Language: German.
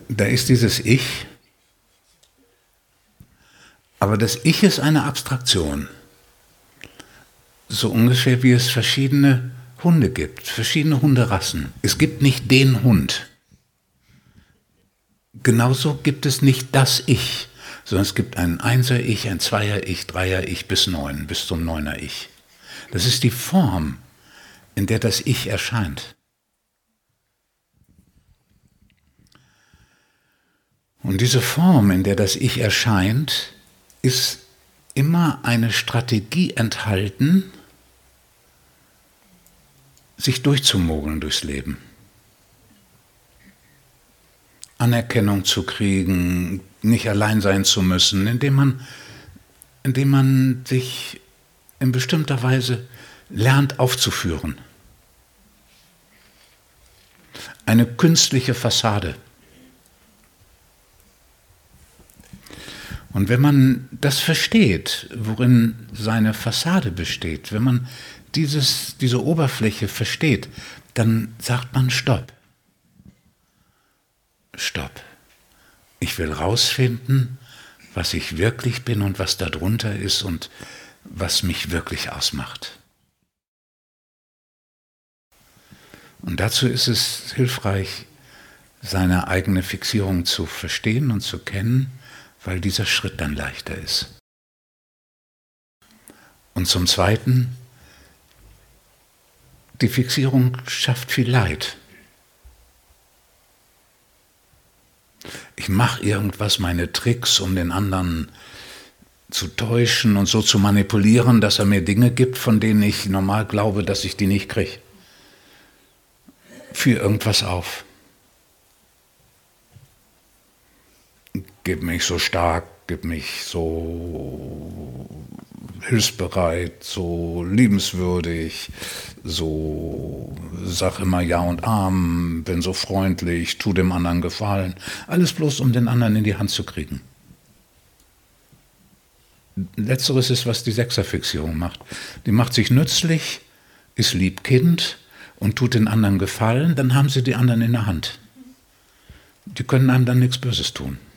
Da ist dieses Ich, aber das Ich ist eine Abstraktion. So ungefähr wie es verschiedene Hunde gibt, verschiedene Hunderassen. Es gibt nicht den Hund. Genauso gibt es nicht das Ich, sondern es gibt ein Einser-Ich, ein Zweier-Ich, Dreier-Ich bis 9, bis zum Neuner-Ich. Das ist die Form, in der das Ich erscheint. Und diese Form, in der das Ich erscheint, ist immer eine Strategie enthalten, sich durchzumogeln durchs Leben. Anerkennung zu kriegen, nicht allein sein zu müssen, indem man sich in bestimmter Weise lernt aufzuführen. Eine künstliche Fassade. Und wenn man das versteht, worin seine Fassade besteht, wenn man diese Oberfläche versteht, dann sagt man Stopp. Stopp. Ich will rausfinden, was ich wirklich bin und was darunter ist und was mich wirklich ausmacht. Und dazu ist es hilfreich, seine eigene Fixierung zu verstehen und zu kennen, weil dieser Schritt dann leichter ist. Und zum Zweiten, die Fixierung schafft viel Leid. Ich mache irgendwas, meine Tricks, um den anderen zu täuschen und so zu manipulieren, dass er mir Dinge gibt, von denen ich normal glaube, dass ich die nicht kriege. Für irgendwas auf. Gib mich so stark, gib mich so hilfsbereit, so liebenswürdig, so sag immer Ja und Amen, bin so freundlich, tu dem anderen Gefallen. Alles bloß, um den anderen in die Hand zu kriegen. Letzteres ist, was die Sechserfixierung macht. Die macht sich nützlich, ist Liebkind und tut den anderen Gefallen, dann haben sie die anderen in der Hand. Die können einem dann nichts Böses tun.